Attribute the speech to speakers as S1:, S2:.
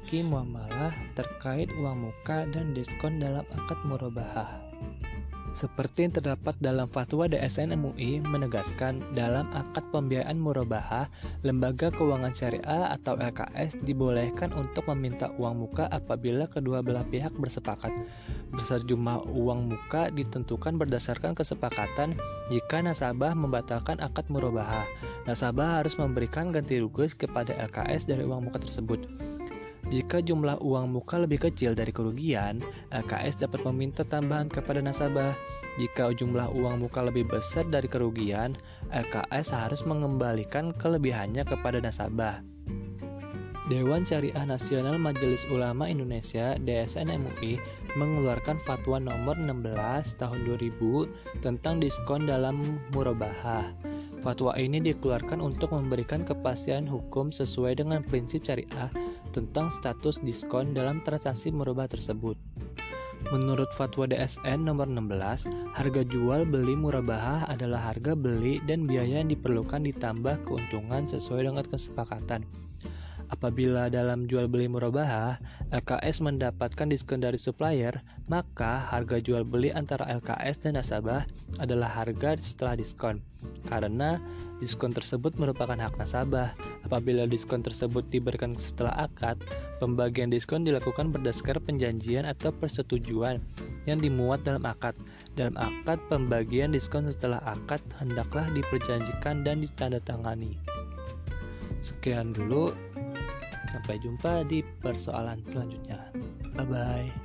S1: memiliki muamalah terkait uang muka dan diskon dalam akad murabahah. Seperti yang terdapat dalam fatwa DSN MUI menegaskan dalam akad pembiayaan murabahah, lembaga keuangan syariah atau LKS dibolehkan untuk meminta uang muka apabila kedua belah pihak bersepakat. Sejumlah uang muka ditentukan berdasarkan kesepakatan. Jika nasabah membatalkan akad murabahah, nasabah harus memberikan ganti rugi kepada LKS dari uang muka tersebut. Jika jumlah uang muka lebih kecil dari kerugian, LKS dapat meminta tambahan kepada nasabah. Jika jumlah uang muka lebih besar dari kerugian, LKS harus mengembalikan kelebihannya kepada nasabah. Dewan Syariah Nasional Majelis Ulama Indonesia (DSN MUI) mengeluarkan Fatwa Nomor 16 Tahun 2000 tentang diskon dalam murabahah. Fatwa ini dikeluarkan untuk memberikan kepastian hukum sesuai dengan prinsip syariah tentang status diskon dalam transaksi murabahah tersebut. Menurut Fatwa DSN nomor 16, harga jual beli murabahah adalah harga beli dan biaya yang diperlukan ditambah keuntungan sesuai dengan kesepakatan. Apabila dalam jual beli murabahah, LKS mendapatkan diskon dari supplier, maka harga jual beli antara LKS dan nasabah adalah harga setelah diskon. Karena diskon tersebut merupakan hak nasabah. Apabila diskon tersebut diberikan setelah akad, pembagian diskon dilakukan berdasarkan perjanjian atau persetujuan yang dimuat dalam akad. Dalam akad, pembagian diskon setelah akad hendaklah diperjanjikan dan ditandatangani. Sekian dulu. Sampai jumpa di persoalan selanjutnya. Bye-bye.